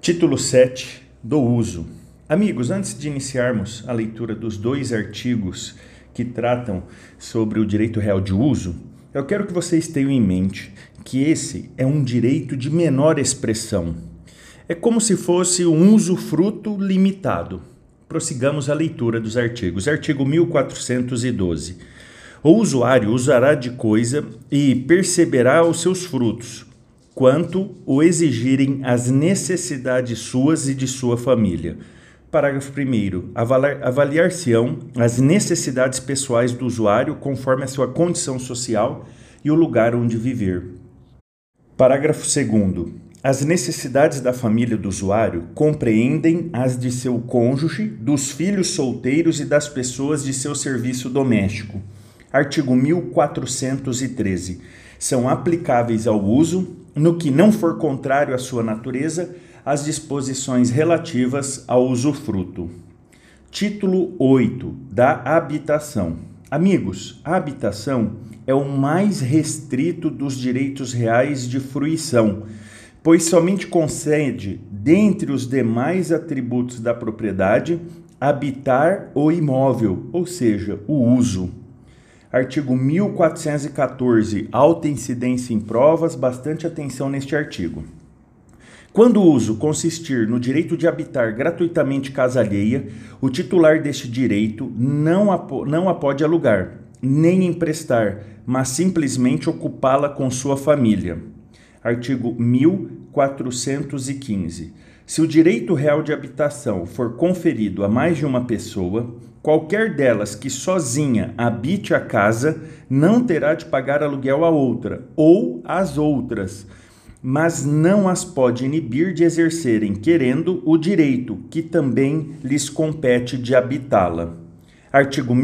Título 7 do uso. Amigos, antes de iniciarmos a leitura dos dois artigos que tratam sobre o direito real de uso, eu quero que vocês tenham em mente que esse é um direito de menor expressão. É como se fosse um usufruto limitado. Prossigamos a leitura dos artigos. Artigo 1412. O usuário usará de coisa e perceberá os seus frutos, quanto o exigirem as necessidades suas e de sua família. Parágrafo 1º. Avaliar-se-ão as necessidades pessoais do usuário conforme a sua condição social e o lugar onde viver. Parágrafo 2º. As necessidades da família do usuário compreendem as de seu cônjuge, dos filhos solteiros e das pessoas de seu serviço doméstico. Artigo 1413. São aplicáveis ao uso, no que não for contrário à sua natureza, as disposições relativas ao usufruto. Título 8 da habitação. Amigos, a habitação é o mais restrito dos direitos reais de fruição, pois somente concede, dentre os demais atributos da propriedade, habitar o imóvel, ou seja, o uso. Artigo 1414, alta incidência em provas, bastante atenção neste artigo. Quando o uso consistir no direito de habitar gratuitamente casa alheia, o titular deste direito não a pode alugar, nem emprestar, mas simplesmente ocupá-la com sua família. Artigo 1415. Se o direito real de habitação for conferido a mais de uma pessoa, qualquer delas que sozinha habite a casa não terá de pagar aluguel a outra ou às outras, mas não as pode inibir de exercerem, querendo, o direito que também lhes compete de habitá-la. Artigo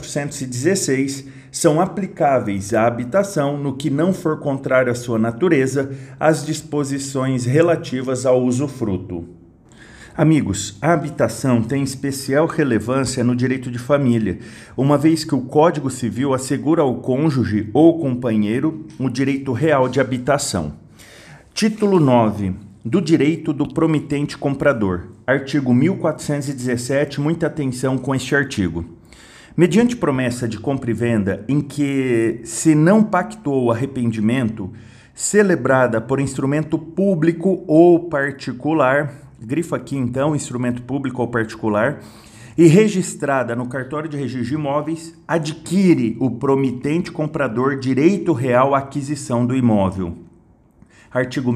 1416. São aplicáveis à habitação, no que não for contrário à sua natureza, as disposições relativas ao usufruto. Amigos, a habitação tem especial relevância no direito de família, uma vez que o Código Civil assegura ao cônjuge ou companheiro o direito real de habitação. Título 9 do direito do promitente comprador. Artigo 1417, muita atenção com este artigo. Mediante promessa de compra e venda em que se não pactou o arrependimento, celebrada por instrumento público ou particular, grifa aqui então, instrumento público ou particular, e registrada no cartório de registro de imóveis, adquire o promitente comprador direito real à aquisição do imóvel. Artigo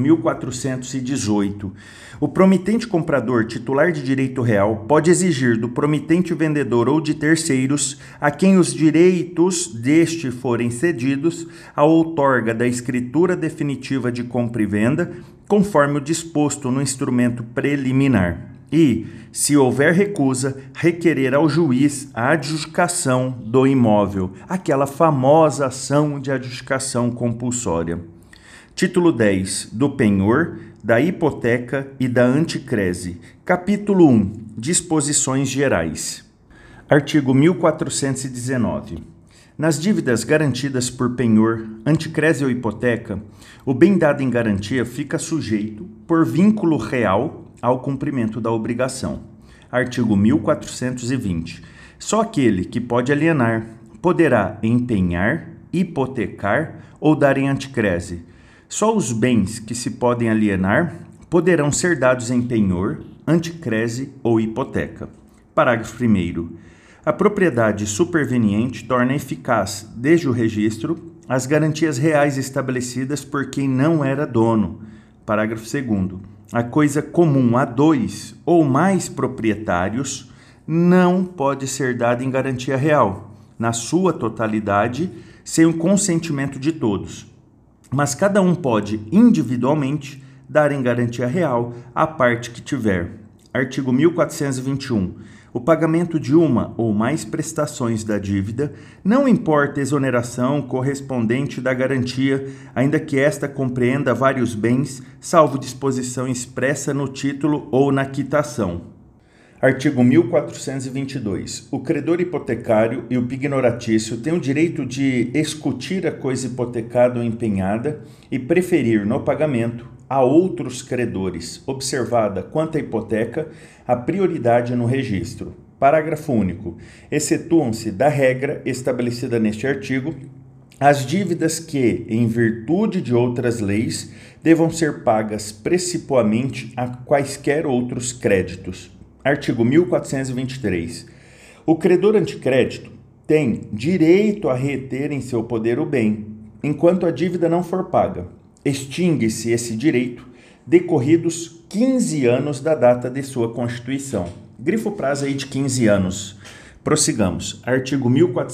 1418. O promitente comprador titular de direito real pode exigir do promitente vendedor ou de terceiros, a quem os direitos deste forem cedidos, a outorga da escritura definitiva de compra e venda, conforme o disposto no instrumento preliminar. E, se houver recusa, requerer ao juiz a adjudicação do imóvel, aquela famosa ação de adjudicação compulsória. Título 10 do penhor, da hipoteca e da anticrese. Capítulo 1. Disposições gerais. Artigo 1419. Nas dívidas garantidas por penhor, anticrese ou hipoteca, o bem dado em garantia fica sujeito, por vínculo real, ao cumprimento da obrigação. Artigo 1420. Só aquele que pode alienar poderá empenhar, hipotecar ou dar em anticrese. Só os bens que se podem alienar poderão ser dados em penhor, anticrese ou hipoteca. Parágrafo 1º. A propriedade superveniente torna eficaz, desde o registro, as garantias reais estabelecidas por quem não era dono. Parágrafo 2º. A coisa comum a dois ou mais proprietários não pode ser dada em garantia real, na sua totalidade, sem o consentimento de todos. Mas cada um pode, individualmente, dar em garantia real a parte que tiver. Artigo 1421. O pagamento de uma ou mais prestações da dívida não importa exoneração correspondente da garantia, ainda que esta compreenda vários bens, salvo disposição expressa no título ou na quitação. Artigo 1422. O credor hipotecário e o pignoratício têm o direito de excutir a coisa hipotecada ou empenhada e preferir no pagamento a outros credores, observada quanto à hipoteca a prioridade no registro. Parágrafo único. Excetuam-se da regra estabelecida neste artigo as dívidas que, em virtude de outras leis, devam ser pagas precipuamente a quaisquer outros créditos. Artigo 1423. O credor anticrédito tem direito a reter em seu poder o bem, enquanto a dívida não for paga. Extingue-se esse direito decorridos 15 anos da data de sua constituição. Grifo prazo aí de 15 anos. Prossigamos. Artigo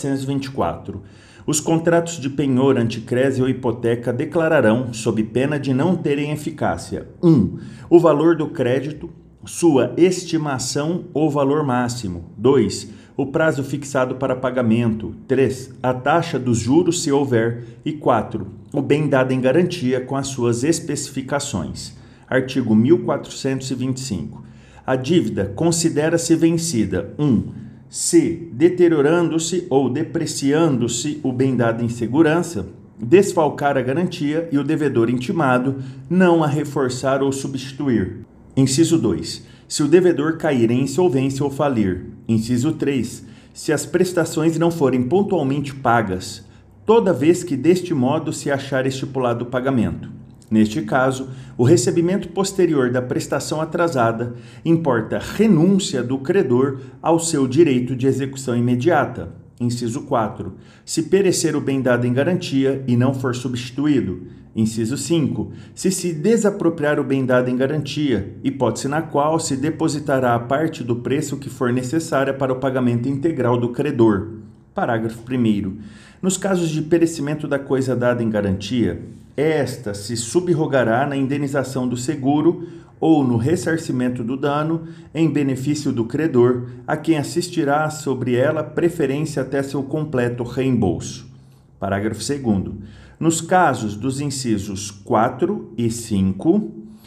1424. Os contratos de penhor, anticrese ou hipoteca declararão, sob pena de não terem eficácia: 1. O valor do crédito, sua estimação ou valor máximo. 2. O prazo fixado para pagamento. 3. A taxa dos juros, se houver. E 4. O bem dado em garantia com as suas especificações. Artigo 1425. A dívida considera-se vencida: 1. Se, deteriorando-se ou depreciando-se o bem dado em segurança, desfalcar a garantia e o devedor intimado não a reforçar ou substituir. Inciso 2. Se o devedor cair em insolvência ou falir. Inciso 3. Se as prestações não forem pontualmente pagas, toda vez que deste modo se achar estipulado o pagamento. Neste caso, o recebimento posterior da prestação atrasada importa renúncia do credor ao seu direito de execução imediata. Inciso 4. Se perecer o bem dado em garantia e não for substituído. Inciso 5. Se desapropriar o bem dado em garantia, hipótese na qual se depositará a parte do preço que for necessária para o pagamento integral do credor. Parágrafo 1º. Nos casos de perecimento da coisa dada em garantia, esta se subrogará na indenização do seguro ou no ressarcimento do dano em benefício do credor, a quem assistirá sobre ela preferência até seu completo reembolso. Parágrafo 2º. Nos casos dos incisos 4 e 5,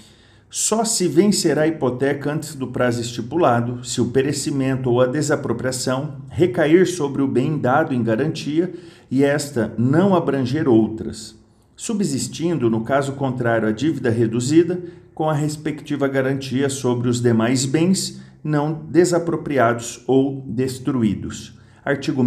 só se vencerá a hipoteca antes do prazo estipulado se o perecimento ou a desapropriação recair sobre o bem dado em garantia e esta não abranger outras, subsistindo, no caso contrário, a dívida reduzida com a respectiva garantia sobre os demais bens não desapropriados ou destruídos. Artigo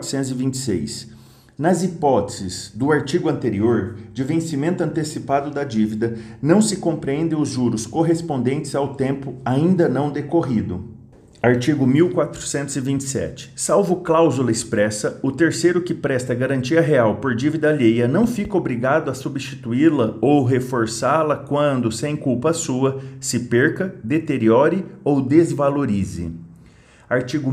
1426. Nas hipóteses do artigo anterior, de vencimento antecipado da dívida, não se compreendem os juros correspondentes ao tempo ainda não decorrido. Artigo 1427. Salvo cláusula expressa, o terceiro que presta garantia real por dívida alheia não fica obrigado a substituí-la ou reforçá-la quando, sem culpa sua, se perca, deteriore ou desvalorize. Artigo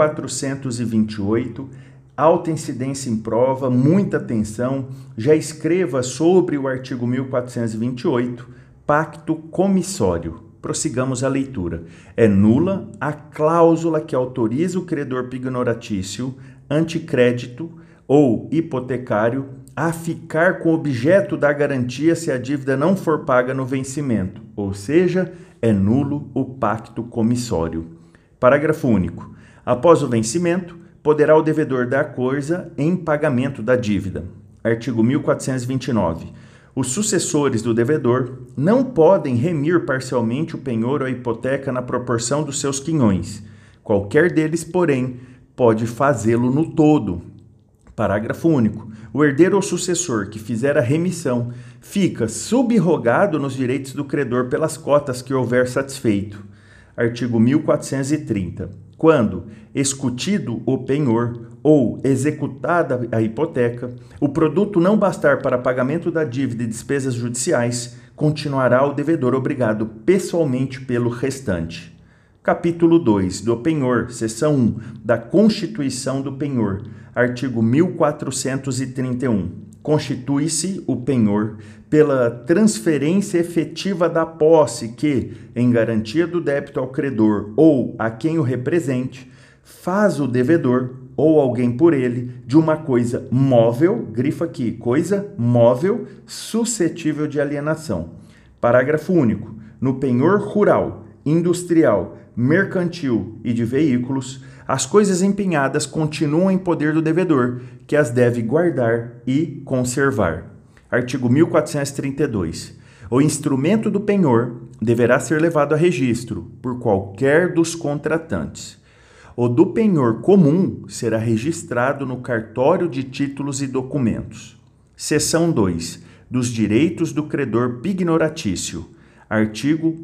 1428. Alta incidência em prova, muita atenção, já escreva sobre o artigo 1428, pacto comissório. Prossigamos a leitura. É nula a cláusula que autoriza o credor pignoratício, anticrédito ou hipotecário a ficar com o objeto da garantia se a dívida não for paga no vencimento, ou seja, é nulo o pacto comissório. Parágrafo único. Após o vencimento, poderá o devedor dar coisa em pagamento da dívida. Artigo 1429. Os sucessores do devedor não podem remir parcialmente o penhor ou a hipoteca na proporção dos seus quinhões. Qualquer deles, porém, pode fazê-lo no todo. Parágrafo único. O herdeiro ou sucessor que fizer a remissão fica subrogado nos direitos do credor pelas cotas que houver satisfeito. Artigo 1430. Quando escutido o penhor ou executada a hipoteca, o produto não bastar para pagamento da dívida e despesas judiciais, continuará o devedor obrigado pessoalmente pelo restante. Capítulo 2 do penhor, seção 1, da Constituição do penhor, artigo 1431. Constitui-se o penhor pela transferência efetiva da posse que, em garantia do débito ao credor ou a quem o represente, faz o devedor ou alguém por ele de uma coisa móvel, grifa aqui, coisa móvel, suscetível de alienação. Parágrafo único. No penhor rural, industrial, mercantil e de veículos, as coisas empenhadas continuam em poder do devedor, que as deve guardar e conservar. Artigo 1432. O instrumento do penhor deverá ser levado a registro por qualquer dos contratantes. O do penhor comum será registrado no cartório de títulos e documentos. Seção 2. Dos direitos do credor pignoratício. Artigo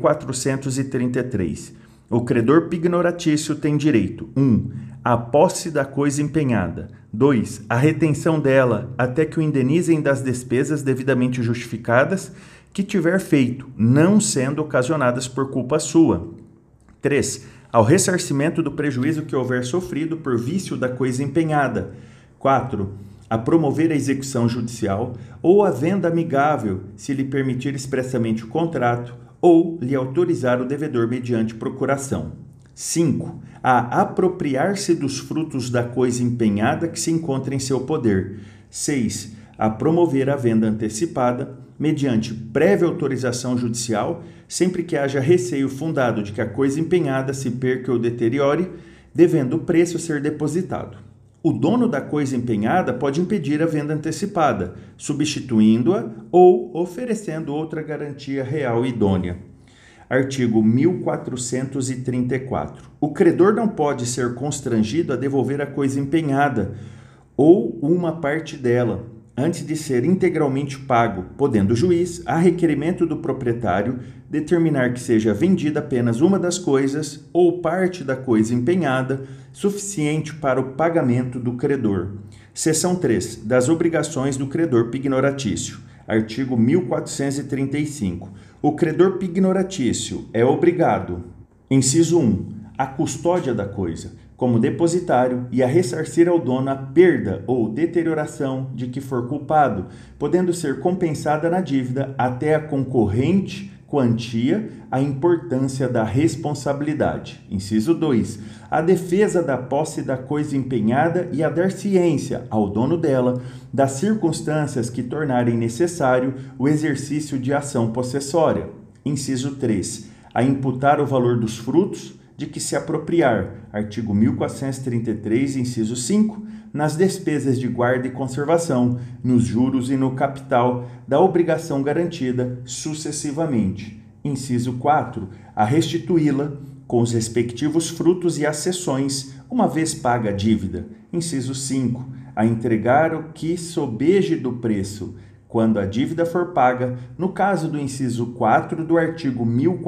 1433. O credor pignoratício tem direito: 1. A posse da coisa empenhada. 2. A retenção dela até que o indenizem das despesas devidamente justificadas que tiver feito, não sendo ocasionadas por culpa sua. 3. Ao ressarcimento do prejuízo que houver sofrido por vício da coisa empenhada. 4. A promover a execução judicial ou a venda amigável, se lhe permitir expressamente o contrato, ou lhe autorizar o devedor mediante procuração. 5. A apropriar-se dos frutos da coisa empenhada que se encontra em seu poder. 6. A promover a venda antecipada, mediante prévia autorização judicial, sempre que haja receio fundado de que a coisa empenhada se perca ou deteriore, devendo o preço ser depositado. O dono da coisa empenhada pode impedir a venda antecipada, substituindo-a ou oferecendo outra garantia real idônea. Artigo 1434. O credor não pode ser constrangido a devolver a coisa empenhada ou uma parte dela, antes de ser integralmente pago, podendo o juiz, a requerimento do proprietário, determinar que seja vendida apenas uma das coisas ou parte da coisa empenhada, suficiente para o pagamento do credor. Seção 3. Das obrigações do credor pignoratício. Artigo 1435. O credor pignoratício é obrigado: inciso 1. A custódia da coisa, como depositário, e a ressarcir ao dono a perda ou deterioração de que for culpado, podendo ser compensada na dívida até a concorrente quantia a importância da responsabilidade. Inciso 2. A defesa da posse da coisa empenhada e a dar ciência ao dono dela das circunstâncias que tornarem necessário o exercício de ação possessória. Inciso 3. A imputar o valor dos frutos de que se apropriar, artigo 1433, inciso 5, nas despesas de guarda e conservação, nos juros e no capital da obrigação garantida, sucessivamente. Inciso 4, a restituí-la com os respectivos frutos e accessões, uma vez paga a dívida. Inciso 5, a entregar o que sobeje do preço, quando a dívida for paga, no caso do inciso 4 do artigo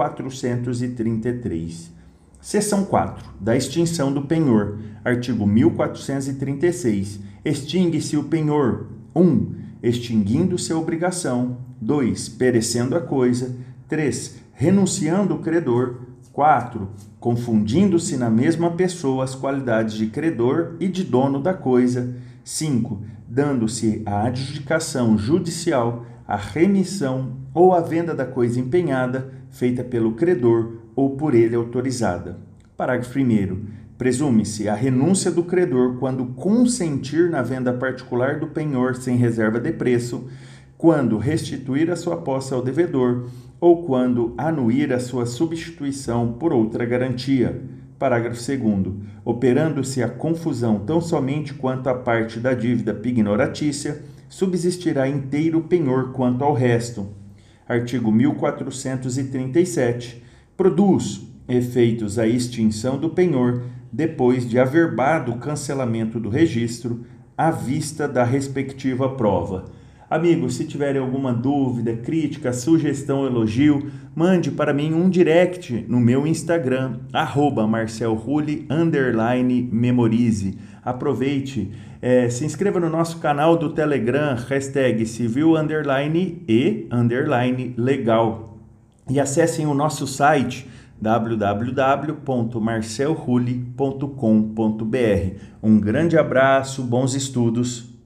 1433. Seção 4. Da extinção do penhor. Artigo 1436. Extingue-se o penhor. 1. Extinguindo-se a obrigação. 2. Perecendo a coisa. 3. Renunciando o credor. 4. Confundindo-se na mesma pessoa as qualidades de credor e de dono da coisa. 5. Dando-se a adjudicação judicial, a remissão ou a venda da coisa empenhada, feita pelo credor ou por ele autorizada. Parágrafo 1º. Presume-se a renúncia do credor quando consentir na venda particular do penhor sem reserva de preço, quando restituir a sua posse ao devedor ou quando anuir a sua substituição por outra garantia. Parágrafo 2º. Operando-se a confusão tão somente quanto a parte da dívida pignoratícia, subsistirá inteiro o penhor quanto ao resto. Artigo 1437. Produz efeitos a extinção do penhor depois de averbado o cancelamento do registro à vista da respectiva prova. Amigos, se tiverem alguma dúvida, crítica, sugestão, elogio, mande para mim um direct no meu Instagram, @marcelrulli_memorize. Aproveite, se inscreva no nosso canal do Telegram, #civil_e_legal. E acessem o nosso site www.marcelrulli.com.br. Um grande abraço, bons estudos.